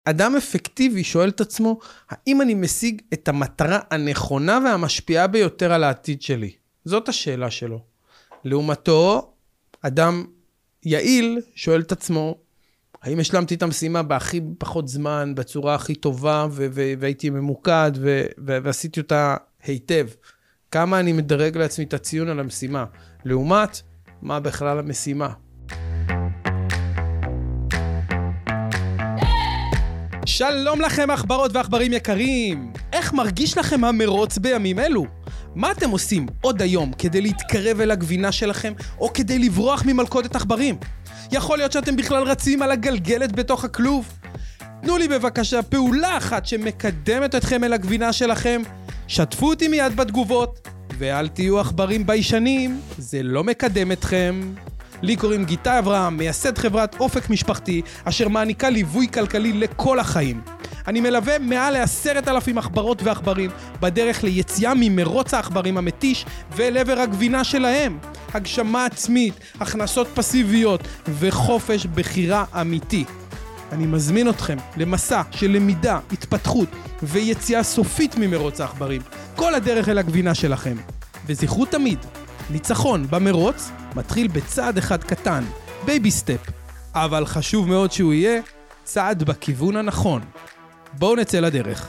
אדם אפקטיבי שואל את עצמו, האם אני משיג את המטרה הנכונה והמשפיעה ביותר על העתיד שלי? זאת השאלה שלו. לעומתו, אדם יעיל שואל את עצמו, האם השלמתי את המשימה בהכי פחות זמן, בצורה הכי טובה, והייתי ממוקד, ועשיתי אותה היטב? כמה אני מדרג לעצמי את הציון על המשימה? לעומת, מה בכלל המשימה? שלום לכם אכברות ואכברים יקרים. איך מרגיש לכם המרוץ בימים אלו? מה אתם עושים עוד היום כדי להתקרב אל הגבינה שלכם, או כדי לברוח ממלכודת עכברים? יכול להיות שאתם בכלל רצים על הגלגלת בתוך הכלוב? תנו לי בבקשה פעולה אחת שמקדמת אתכם אל הגבינה שלכם, שתפו אותי מיד בתגובות, ואל תהיו עכברים ביישנים, זה לא מקדם אתכם. לי קוראים גיטה אברהם, מייסד חברת אופק משפחתי, אשר מעניקה ליווי כלכלי לכל החיים. אני מלווה מעל 10,000 עכברות ועכברים, בדרך ליציאה ממרוץ העכברים המתיש, ואל עבר הגבינה שלהם. הגשמה עצמית, הכנסות פסיביות, וחופש בחירה אמיתי. אני מזמין אתכם למסע של למידה, התפתחות, ויציאה סופית ממרוץ העכברים. כל הדרך אל הגבינה שלכם. וזכרו תמיד, ניצחון במרוץ מתחיל בצעד אחד קטן, בייבי סטפ, אבל חשוב מאוד שהוא יהיה צעד בכיוון הנכון. בואו נצא לדרך.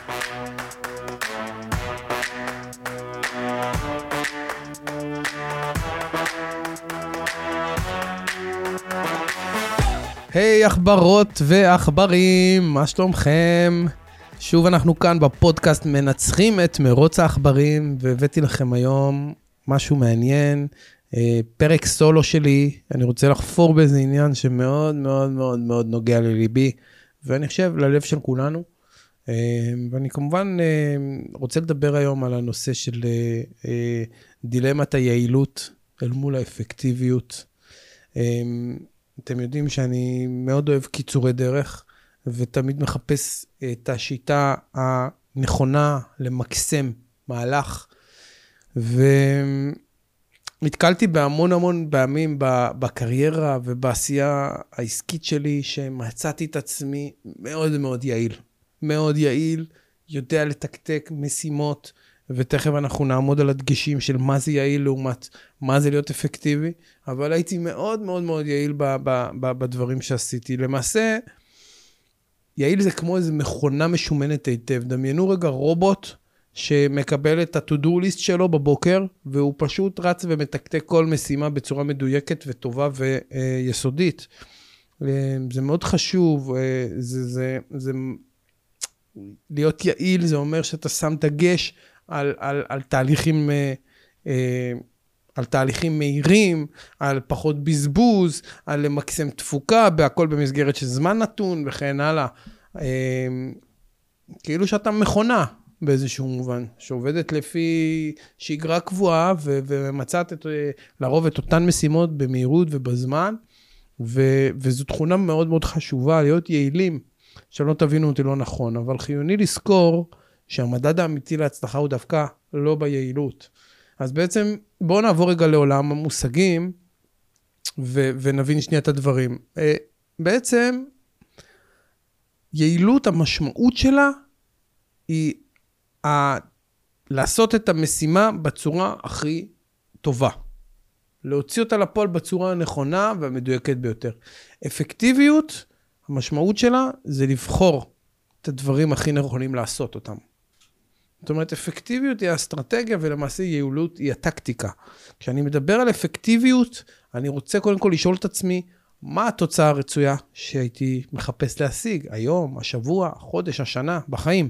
היי אכברות ואכברים, מה שלומכם? שוב אנחנו כאן בפודקאסט מנצחים את מרוץ העכברים, והבאתי לכם היום משהו מעניין, פרק סולו שלי. אני רוצה לחפור באיזה עניין שמאוד מאוד מאוד מאוד נוגע לליבי, ואני חושב ללב של כולנו. ואני כמובן רוצה לדבר היום על הנושא של דילמת היעילות אל מול האפקטיביות. אתם יודעים שאני מאוד אוהב קיצורי דרך, ותמיד מחפש את השיטה הנכונה למקסם מהלך, ונתקלתי בהמון פעמים בקריירה ובעשייה העסקית שלי, שמצאתי את עצמי מאוד מאוד יעיל. מאוד יעיל, יודע לתקתק משימות, ותכף אנחנו נעמוד על הדגשים של מה זה יעיל לעומת מה זה להיות אפקטיבי, אבל הייתי מאוד מאוד מאוד יעיל בדברים שעשיתי. למעשה, יעיל זה כמו איזו מכונה משומנת היטב. דמיינו רגע רובוט שמקבל את ה-to-do list שלו בבוקר, והוא פשוט רץ ומתקתק כל משימה בצורה מדויקת וטובה ויסודית. זה מאוד חשוב, להיות יעיל זה אומר שאתה שם דגש על תהליכים מהירים, על פחות בזבוז, על למקסם תפוקה, בהכל במסגרת של זמן נתון וכן הלאה. כאילו שאתה מכונה באיזשהו מובן, שעובדת לפי שגרה קבועה, ומצאת לרוב את אותן משימות במהירות ובזמן, וזו תכונה מאוד מאוד חשובה, להיות יעילים, שלא תבינו אותי לא נכון, אבל חיוני לזכור שהמדד האמיתי להצלחה הוא דווקא לא ביעילות. אז בעצם בואו נעבור רגע לעולם המושגים, ונבין שנייה את הדברים. בעצם, יעילות, המשמעות שלה, היא לעשות את המשימה בצורה הכי טובה. להוציא אותה לפועל בצורה הנכונה והמדויקת ביותר. אפקטיביות, המשמעות שלה זה לבחור את הדברים הכי נכונים לעשות אותם. זאת אומרת, אפקטיביות היא האסטרטגיה, ולמעשה יעילות היא הטקטיקה. כשאני מדבר על אפקטיביות, אני רוצה קודם כל לשאול את עצמי, מה התוצאה הרצויה שהייתי מחפש להשיג היום, השבוע, החודש, השנה, בחיים.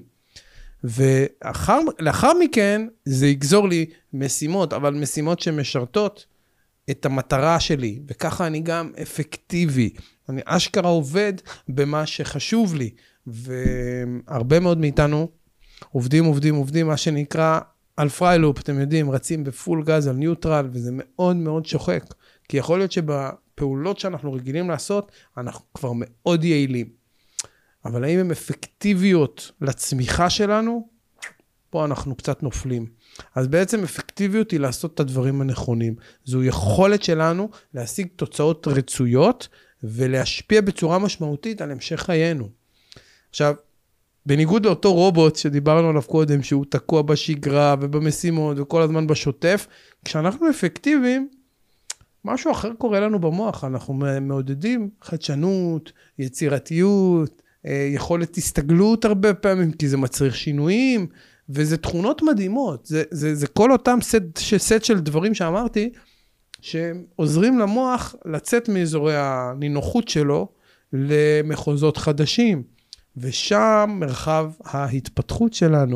ולאחר מכן, זה יגזור לי משימות, אבל משימות שמשרתות את המטרה שלי, וככה אני גם אפקטיבי. אני אשכרה עובד במה שחשוב לי, והרבה מאוד מאיתנו עובדים, מה שנקרא על פריילופ, אתם יודעים, רצים בפול גז על ניוטרל, וזה מאוד מאוד שוחק, כי יכול להיות שבפעולות שאנחנו רגילים לעשות, אנחנו כבר מאוד יעילים. אבל האם הן אפקטיביות לצמיחה שלנו? פה אנחנו קצת נופלים. אז בעצם אפקטיביות היא לעשות את הדברים הנכונים. זו יכולת שלנו להשיג תוצאות רצויות, ולהשפיע בצורה משמעותית על המשך חיינו. עכשיו, בניגוד לאותו רובוט שדיברנו עליו קודם, שהוא תקוע בשגרה ובמשימות וכל הזמן בשוטף, כשאנחנו אפקטיביים, משהו אחר קורה לנו במוח, אנחנו מעודדים חדשנות, יצירתיות, יכולת הסתגלות הרבה פעמים, כי זה מצריך שינויים, וזה תכונות מדהימות, זה כל אותם סט של דברים שאמרתי, שעוזרים למוח לצאת מאזורי הנינוחות שלו, למחוזות חדשים, ושם מרחב ההתפתחות שלנו,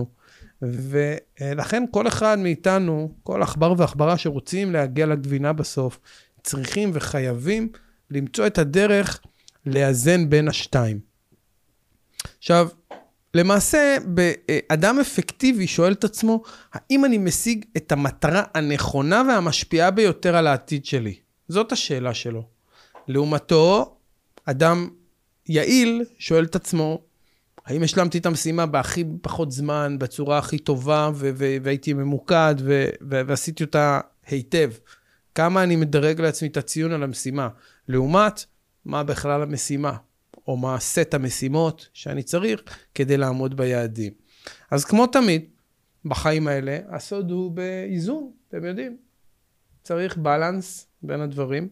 ולכן כל אחד מאיתנו, כל עכבר ועכברה שרוצים להגיע לגבינה בסוף, צריכים וחייבים למצוא את הדרך לאזן בין השתיים. עכשיו, למעשה, אדם אפקטיבי שואל את עצמו, האם אני משיג את המטרה הנכונה והמשפיעה ביותר על העתיד שלי? זאת השאלה שלו. לעומתו, אדם יעיל שואל את עצמו, האם השלמתי את המשימה בהכי פחות זמן, בצורה הכי טובה, והייתי ממוקד, ועשיתי אותה היטב? כמה אני מדרג לעצמי את הציון על המשימה? לעומת, מה בכלל המשימה? או מה סט המשימות שאני צריך כדי לעמוד ביעדים. אז כמו תמיד, בחיים האלה, הסוד הוא באיזון, אתם יודעים. צריך בלנס בין הדברים,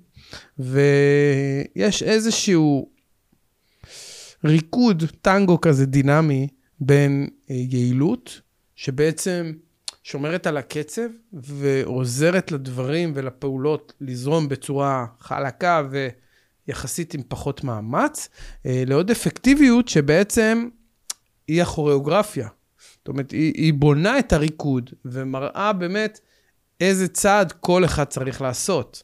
ויש איזשהו ריקוד, טנגו כזה דינמי, בין יעילות, שבעצם שומרת על הקצב, ועוזרת לדברים ולפעולות לזרום בצורה חלקה ויחסית עם פחות מאמץ, לעוד אפקטיביות שבעצם היא הכוריאוגרפיה. זאת אומרת, היא בונה את הריקוד, ומראה באמת איזה צעד כל אחד צריך לעשות.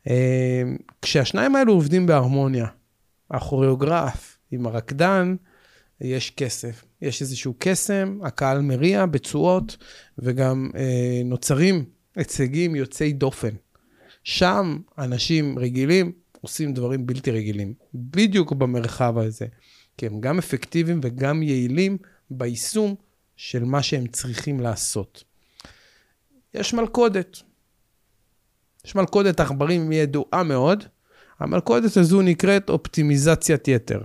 כשהשניים האלו עובדים בהרמוניה, הכוריאוגרף עם הרקדן, יש כסף. יש איזשהו קסם, הקהל מריע בצועות, וגם נוצרים הישגים יוצאי דופן. שם אנשים רגילים עושים דברים בלתי רגילים, בדיוק במרחב הזה. כי הם גם אפקטיביים וגם יעילים ביישום של מה שהם צריכים לעשות. יש מלכודת. יש מלכודת עכברים ידועה מאוד. המלכודת הזו נקראת אופטימיזציית יתר.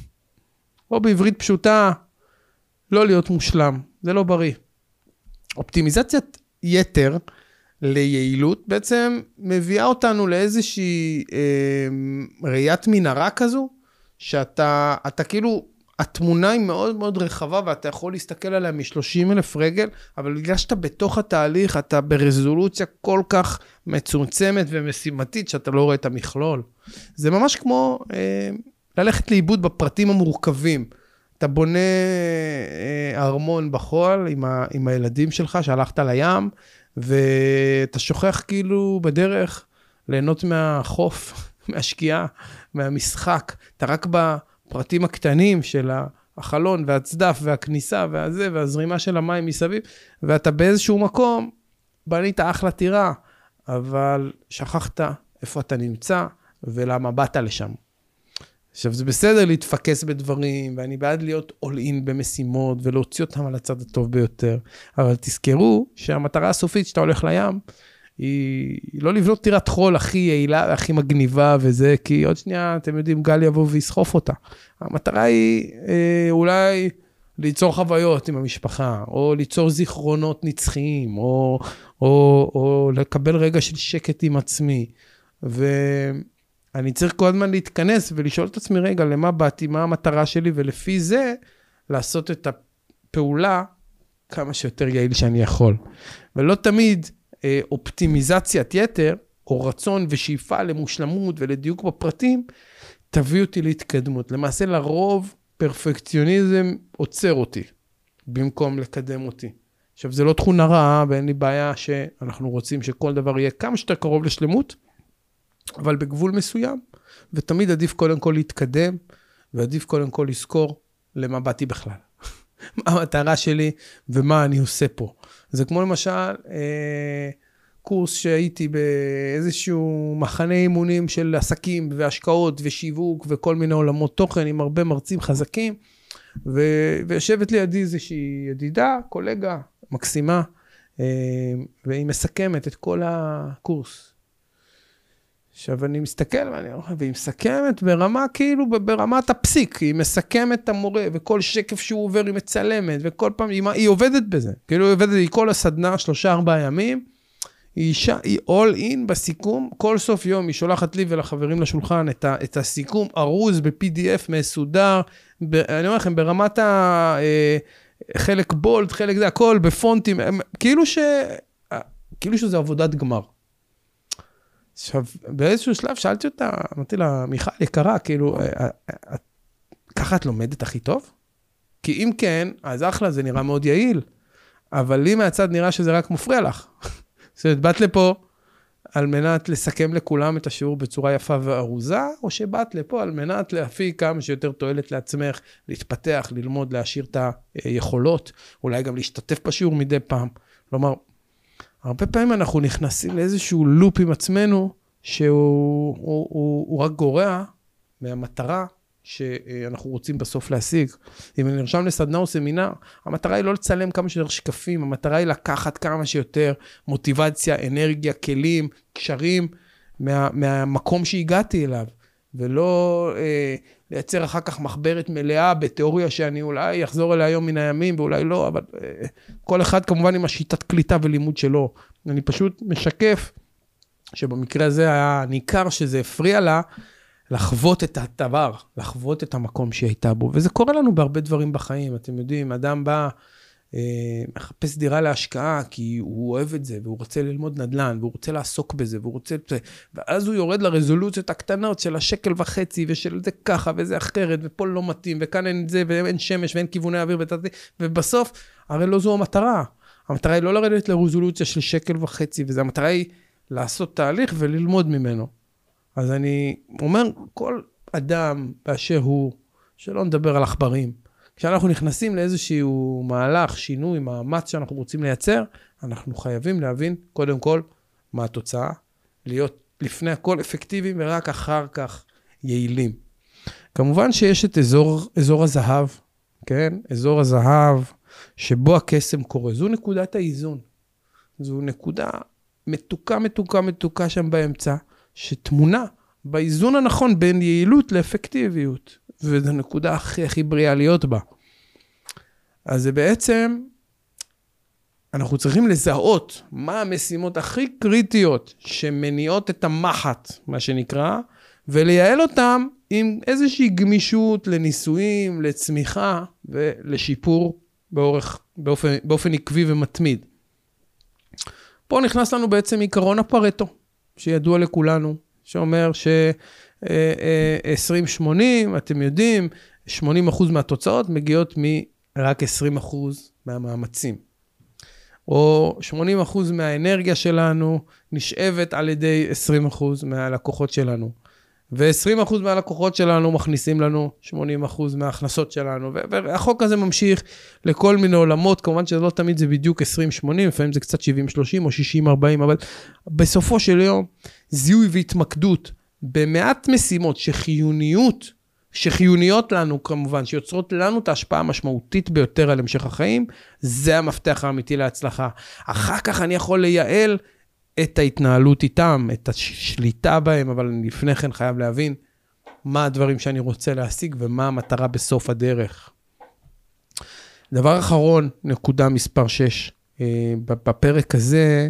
או בעברית פשוטה, לא להיות מושלם. זה לא בריא. אופטימיזציית יתר ליעילות בעצם מביאה אותנו לאיזושהי ראיית מנהרה כזו, שאתה כאילו, התמונה היא מאוד מאוד רחבה, ואתה יכול להסתכל עליה מ-30,000 רגל, אבל בגלל שאתה בתוך התהליך, אתה ברזולוציה כל כך מצומצמת ומשימתית, שאתה לא רואה את המכלול. זה ממש כמו ללכת לאיבוד בפרטים המורכבים. אתה בונה ארמון בחול עם הילדים שלך, שהלכת לים, ואתה שוכח כאילו בדרך ליהנות מהחוף, מהשקיעה, מהמשחק. אתה רק בפרטים הקטנים של החלון והצדף והכניסה והזה והזרימה של המים מסביב, ואתה באיזשהו מקום בנית אחלה טירה, אבל שכחת איפה אתה נמצא ולמה באת לשם. עכשיו, זה בסדר להתפקס בדברים, ואני בעד להיות all in במשימות, ולהוציא אותם על הצד הטוב ביותר. אבל תזכרו שהמטרה הסופית שאתה הולך לים, היא לא לבנות טירת חול הכי יעילה, הכי מגניבה וזה, כי עוד שנייה, אתם יודעים, גל יבוא ויסחוף אותה. המטרה היא אולי ליצור חוויות עם המשפחה, או ליצור זיכרונות נצחיים, או לקבל רגע של שקט עם עצמי. אני צריך כל הזמן להתכנס ולשאול את עצמי רגע למה באתי, מה המטרה שלי, ולפי זה לעשות את הפעולה כמה שיותר יעיל שאני יכול. ולא תמיד אופטימיזציית יתר, או רצון ושאיפה למושלמות ולדיוק בפרטים, תביא אותי להתקדמות. למעשה לרוב פרפקציוניזם עוצר אותי, במקום לקדם אותי. עכשיו זה לא תכונה רעה, ואין לי בעיה שאנחנו רוצים שכל דבר יהיה כמה שיותר קרוב לשלמות, אבל בגבול מסוים, ותמיד עדיף קודם כל להתקדם, ועדיף קודם כל לזכור למה באתי בכלל. מה המטרה שלי ומה אני עושה פה. זה כמו למשל קורס שהייתי באיזשהו מחנה אימונים של עסקים והשקעות ושיווק וכל מיני עולמות תוכן עם הרבה מרצים חזקים, ויושבת לידי איזושהי ידידה, קולגה מקסימה, והיא מסכמת את כל הקורס. עכשיו אני מסתכל, והיא מסכמת ברמה כאילו, ברמת הפסיק, היא מסכמת את המורה, וכל שקף שהוא עובר היא מצלמת, וכל פעם, היא עובדת בזה, כאילו היא עובדת, היא כל הסדנה, 3-4 ימים, היא all in בסיכום, כל סוף יום היא שולחת לי ולחברים לשולחן את הסיכום ארוז ב-PDF מסודר, אני אומר לכם, ברמת חלק בולד, חלק זה, הכל בפונטים, כאילו שזה עבודת גמר. עכשיו, באיזשהו שלב שאלתי אותה, אמרתי לה, מיכל יקרה, כאילו, ככה את לומדת הכי טוב? כי אם כן, אז אחלה, זה נראה מאוד יעיל, אבל לי מהצד נראה שזה רק מפריע לך. זאת אומרת, באת לפה על מנת לסכם לכולם את השיעור בצורה יפה וארוזה, או שבאת לפה על מנת להפיק כמה שיותר תועלת לעצמך, להתפתח, ללמוד, להשאיר את היכולות, אולי גם להשתתף בשיעור מדי פעם. כלומר, הרבה פעמים אנחנו נכנסים לאיזשהו לופ עם עצמנו, שהוא רק גורע מהמטרה שאנחנו רוצים בסוף להשיג. אם אני נרשם לסדנה או סמינר, המטרה היא לא לצלם כמה שיותר שקפים, המטרה היא לקחת כמה שיותר מוטיבציה, אנרגיה, כלים, קשרים, מהמקום שהגעתי אליו, ולא לייצר אחר כך מחברת מלאה בתיאוריה שאני אולי אחזור אליה היום מן הימים, ואולי לא, אבל כל אחד כמובן עם השיטת קליטה ולימוד שלו. אני פשוט משקף שבמקרה הזה היה ניכר שזה הפריע לה, לחוות את הדבר, לחוות את המקום שהיא הייתה בו, וזה קורה לנו בהרבה דברים בחיים, אתם יודעים, אדם בא, מחפש דירה להשקעה, כי הוא אוהב את זה, והוא רוצה ללמוד נדל"ן, והוא רוצה לעסוק בזה, והוא רוצה, ואז הוא יורד לרזולוציות הקטנות של 1.5 שקל, ושל זה ככה, וזה אחרת, ופה לא מתאים, וכאן אין זה, ואין שמש, ואין כיווני אוויר, ובסוף, הרי לא זו המטרה. המטרה היא לא לרדת לרזולוציה של 1.5 שקל, וזה המטרה היא לעשות תהליך וללמוד ממנו. אז אני אומר, כל אדם באשר הוא, שלא נדבר על עכברים, כשאנחנו נכנסים לאיזשהו מהלך, שינוי, מאמץ שאנחנו רוצים לייצר, אנחנו חייבים להבין, קודם כל, מה התוצאה, להיות לפני הכל אפקטיביים, ורק אחר כך יעילים. כמובן שיש את אזור הזהב, כן? אזור הזהב, שבו הקסם קורה. זו נקודת האיזון. זו נקודה מתוקה שם באמצע, שתמונה באיזון הנכון בין יעילות לאפקטיביות, וזו נקודה הכי בריאה להיות בה. אז זה בעצם, אנחנו צריכים לזהות מה המשימות הכי קריטיות שמניעות את המחט, מה שנקרא, ולייעל אותם עם איזושהי גמישות לניסויים, לצמיחה ולשיפור באופן עקבי ומתמיד. פה נכנס לנו בעצם עיקרון הפרטו, שידוע לכולנו, שאומר ש-20-80, אתם יודעים, 80% מהתוצאות מגיעות מרק 20% מהמאמצים. או 80% מהאנרגיה שלנו נשאבת על ידי 20% מהלקוחות שלנו. ו-20% מהלקוחות שלנו מכניסים לנו 80% מההכנסות שלנו. והחוק הזה ממשיך לכל מיני עולמות, כמובן שלא תמיד זה בדיוק 20-80, לפעמים זה קצת 70-30 או 60-40, אבל בסופו של יום, זיהוי והתמקדות במעט משימות שחיוניות לנו כמובן, שיוצרות לנו את ההשפעה המשמעותית ביותר על המשך החיים, זה המפתח האמיתי להצלחה. אחר כך אני יכול לייעל את ההתנהלות איתם, את השליטה בהם, אבל אני לפני כן חייב להבין מה הדברים שאני רוצה להשיג ומה המטרה בסוף הדרך. דבר אחרון, נקודה מספר 6. בפרק הזה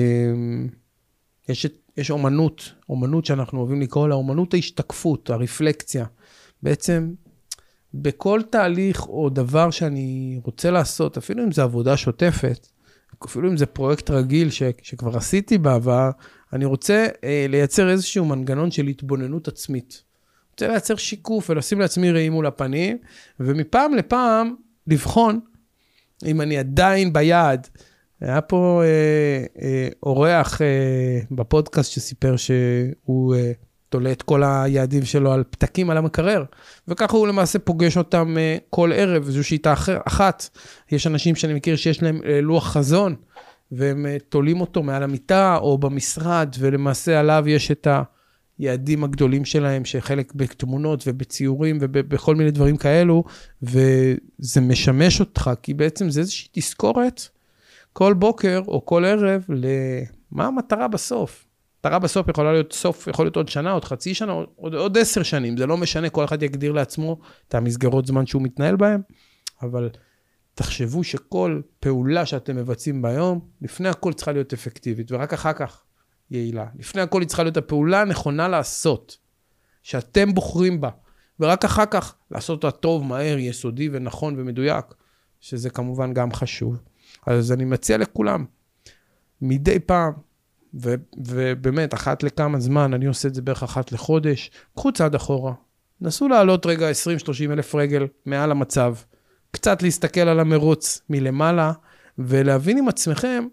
יש אומנות שאנחנו אוהבים לקרוא לה, אומנות ההשתקפות, הרפלקציה. בעצם בכל תהליך או דבר שאני רוצה לעשות, אפילו אם זה עבודה שוטפת, אפילו אם זה פרויקט רגיל שכבר עשיתי בעבר, אני רוצה לייצר איזשהו מנגנון של התבוננות עצמית. אני רוצה לייצר שיקוף ולשים לעצמי ראי מול הפנים, ומפעם לפעם לבחון אם אני עדיין ביעד. היה פה אורח בפודקאסט שסיפר שהוא תולה את כל היעדים שלו על פתקים על המקרר, וככה הוא למעשה פוגש אותם כל ערב, זו שיטה אחת. יש אנשים שאני מכיר שיש להם לוח חזון, והם תולים אותו מעל המיטה או במשרד, ולמעשה עליו יש את היעדים הגדולים שלהם, שחלק בתמונות ובציורים ובכל מיני דברים כאלו, וזה משמש אותך, כי בעצם זה איזושהי תזכורת כל בוקר או כל ערב למה המטרה בסוף. המטרה בסוף יכולה להיות סוף, יכול להיות עוד שנה, עוד חצי שנה, עוד 10 שנים, זה לא משנה, כל אחד יגדיר לעצמו את המסגרות זמן שהוא מתנהל בהם, אבל תחשבו שכל פעולה שאתם מבצעים ביום, לפני הכל צריכה להיות אפקטיבית, ורק אחר כך יעילה. לפני הכל היא צריכה להיות הפעולה הנכונה לעשות, שאתם בוחרים בה, ורק אחר כך לעשות אותה טוב, מהר, יסודי ונכון ומדויק, שזה כמובן גם חשוב. אז אני מציע לכולם, מדי פעם, ובאמת, אחת לכמה זמן, אני עושה את זה בערך אחת לחודש, קחו צעד אחורה, נסו לעלות רגע 20-30 אלף רגל מעל המצב, קצת להסתכל על המרוץ מלמעלה, ולהבין עם עצמכם,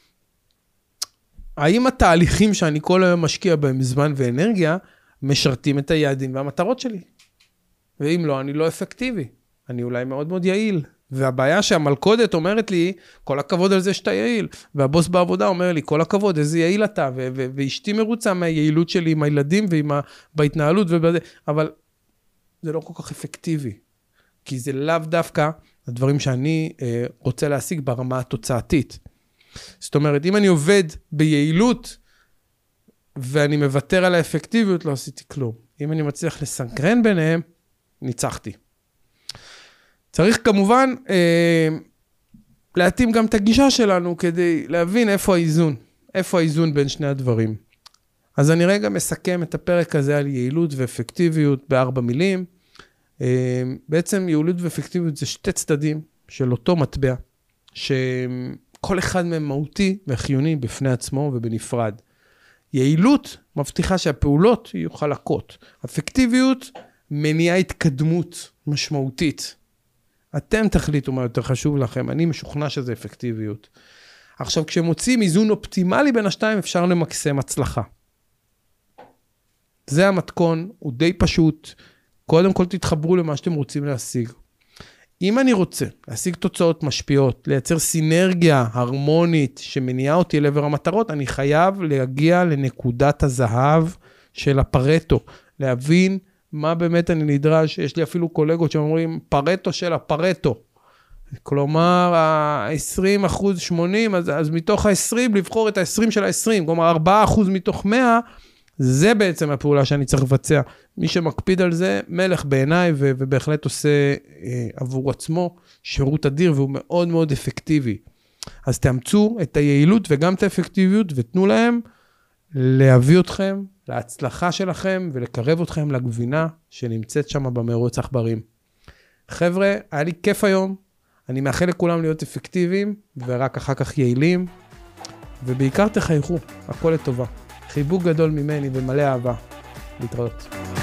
האם התהליכים שאני כל היום משקיע בהם זמן ואנרגיה, משרתים את היעדים והמטרות שלי. ואם לא, אני לא אפקטיבי. אני אולי מאוד מאוד יעיל. והבעיה שהמלכודת אומרת לי, כל הכבוד על זה שאתה יעיל. והבוס בעבודה אומר לי, כל הכבוד, איזה יעיל אתה. ואשתי מרוצה מהיעילות שלי עם הילדים בהתנהלות אבל זה לא כל כך אפקטיבי. כי זה לאו דווקא הדברים שאני רוצה להשיג ברמה התוצאתית. זאת אומרת, אם אני עובד ביעילות, ואני מוותר על האפקטיביות, לא עשיתי כלום. אם אני מצליח לסנקרן ביניהם, ניצחתי. צריך כמובן להתאים גם את הגישה שלנו, כדי להבין איפה האיזון בין שני הדברים. אז אני רגע מסכם את הפרק הזה על יעילות ואפקטיביות ב4 מילים. בעצם יעילות ואפקטיביות זה שתי צדדים של אותו מטבע, שכל אחד מהם מהותי וחיוני בפני עצמו ובנפרד. יעילות מבטיחה שהפעולות יהיו חלקות. אפקטיביות מניעה התקדמות משמעותית. אתם תחליטו מה יותר חשוב לכם, אני משוכנע שזה אפקטיביות. עכשיו, כשמוצאים איזון אופטימלי בין השתיים, אפשר למקסם הצלחה. זה המתכון, הוא די פשוט. קודם כל תתחברו למה שאתם רוצים להשיג. אם אני רוצה להשיג תוצאות משפיעות, לייצר סינרגיה הרמונית שמניעה אותי לעבר המטרות, אני חייב להגיע לנקודת הזהב של הפרטו, להבין מה באמת אני נדרש. יש לי אפילו קולגות שאומרים פרטו של הפרטו. כלומר, ה-20% 80, אז מתוך ה-20 לבחור את ה-20 של ה-20, כלומר 4% מתוך 100, זה בעצם הפעולה שאני צריך לבצע. מי שמקפיד על זה, מלך בעיניי, ובהחלט עושה עבור עצמו שירות אדיר, והוא מאוד מאוד אפקטיבי. אז תאמצו את היעילות וגם את האפקטיביות, ותנו להם להביא אתכם להצלחה שלכם, ולקרב אתכם לגבינה שנמצאת שם במרוץ עכברים. חבר'ה, היה לי כיף היום. אני מאחל לכולם להיות אפקטיביים, ורק אחר כך יעילים, ובעיקר תחייכו, הכל לטובה. חיבוק גדול ממני ומלא אהבה. להתראות.